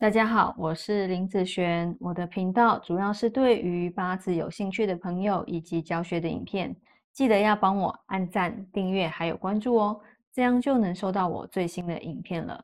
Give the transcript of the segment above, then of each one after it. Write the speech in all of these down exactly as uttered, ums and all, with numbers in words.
大家好，我是林子璇。我的频道主要是对于八字有兴趣的朋友以及教学的影片，记得要帮我按赞、订阅还有关注哦，这样就能收到我最新的影片了。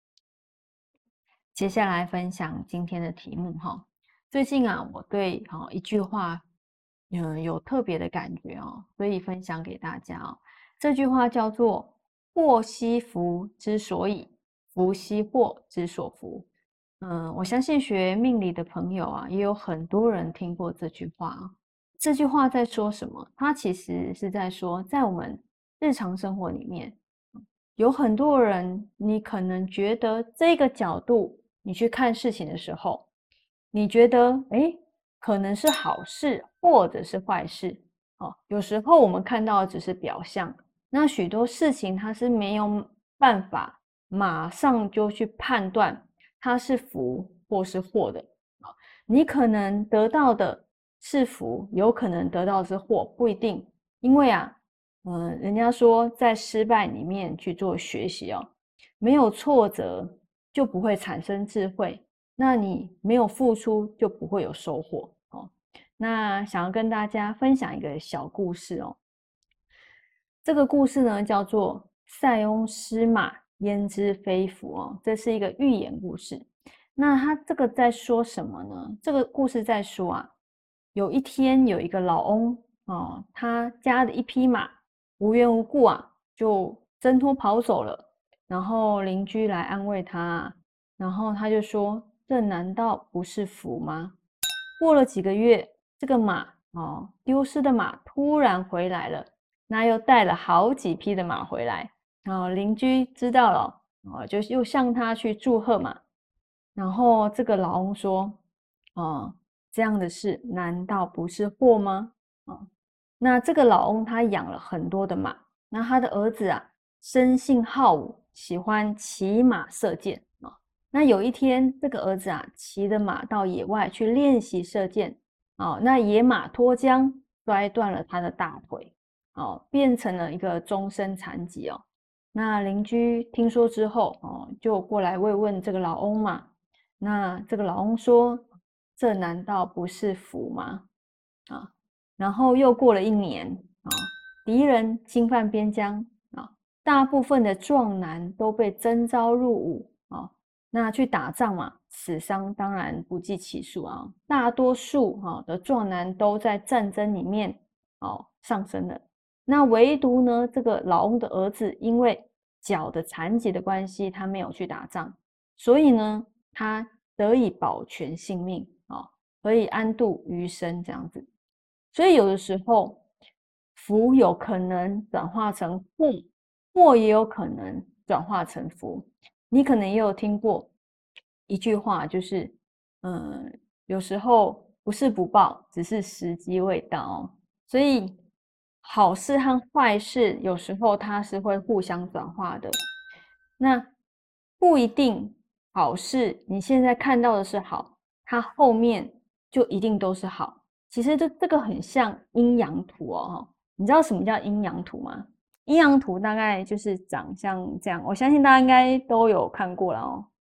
接下来分享今天的题目哈。最近啊，我对哦一句话，嗯，有特别的感觉哦，所以分享给大家哦。这句话叫做祸兮福之所以，福兮祸之所伏。嗯，我相信学命理的朋友啊，也有很多人听过这句话啊。这句话在说什么？它其实是在说，在我们日常生活里面，有很多人，你可能觉得这个角度你去看事情的时候，你觉得诶可能是好事或者是坏事哦。有时候我们看到的只是表象，那许多事情它是没有办法马上就去判断它是福或是祸的。你可能得到的是福，有可能得到的是祸，不一定。因为啊，嗯，人家说在失败里面去做学习哦，没有挫折就不会产生智慧，那你没有付出就不会有收获哦。那想要跟大家分享一个小故事哦，这个故事呢叫做塞翁失马焉知非福哦，这是一个寓言故事。那他这个在说什么呢？这个故事在说啊，有一天有一个老翁哦，他家的一匹马无缘无故啊就挣脱跑走了，然后邻居来安慰他，然后他就说：“这难道不是福吗？”过了几个月，这个马哦，丢失的马突然回来了，那又带了好几匹的马回来。哦，邻居知道了哦，就又向他去祝贺嘛。然后这个老翁说：“哦，这样的事难道不是祸吗？”哦，那这个老翁他养了很多的马，那他的儿子啊，生性好武，喜欢骑马射箭啊。那有一天，这个儿子啊，骑着马到野外去练习射箭，哦，那野马脱缰，摔断了他的大腿，哦，变成了一个终身残疾哦。那邻居听说之后，哦，就过来慰问这个老翁嘛。那这个老翁说：“这难道不是福吗？”啊，然后又过了一年啊，敌人侵犯边疆啊，大部分的壮男都被征召入伍啊。那去打仗嘛，死伤当然不计其数啊。大多数哈的壮男都在战争里面哦上升了。那唯独呢，这个老翁的儿子因为脚的残疾的关系，他没有去打仗，所以呢，他得以保全性命啊，可以安度余生这样子。所以有的时候，福有可能转化成祸，祸也有可能转化成福。你可能也有听过一句话，就是，嗯，有时候不是不报，只是时机未到哦。所以好事和坏事有时候它是会互相转化的。那不一定好事，你现在看到的是好，它后面就一定都是好。其实这这个很像阴阳图哦，你知道什么叫阴阳图吗？阴阳图大概就是长像这样，我相信大家应该都有看过了哦。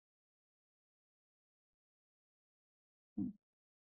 嗯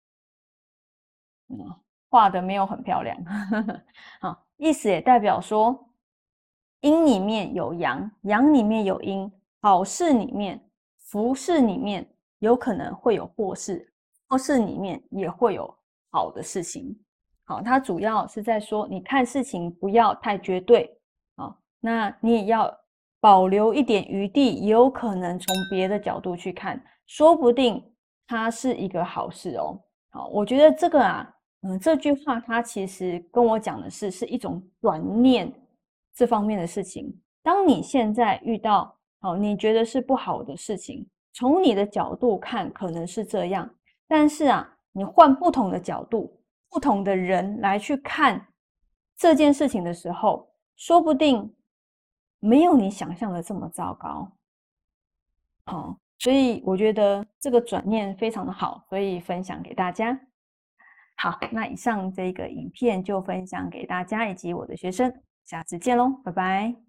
嗯，画的没有很漂亮，好，意思也代表说，阴里面有阳，阳里面有阴，好事里面、福事里面有可能会有祸事，祸事里面也会有好的事情。好，它主要是在说，你看事情不要太绝对啊，那你也要保留一点余地，也有可能从别的角度去看，说不定它是一个好事哦。好，我觉得这个啊，嗯，这句话它其实跟我讲的是，是一种转念这方面的事情。当你现在遇到哦，你觉得是不好的事情，从你的角度看可能是这样，但是啊，你换不同的角度、不同的人来去看这件事情的时候，说不定没有你想象的这么糟糕。好，所以我觉得这个转念非常的好，所以分享给大家。好，那以上这个影片就分享给大家以及我的学生，下次见喽，拜拜。